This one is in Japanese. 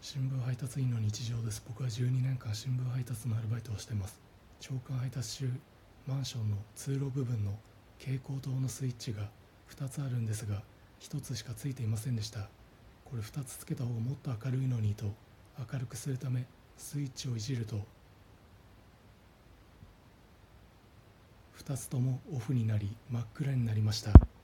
新聞配達員の日常です。僕は12年間新聞配達のアルバイトをしています。朝刊配達中、マンションの通路部分の蛍光灯のスイッチが2つあるんですが、1つしかついていませんでした。これ2つつけた方がもっと明るいのにと、明るくするためスイッチをいじると2つともオフになり真っ暗になりました。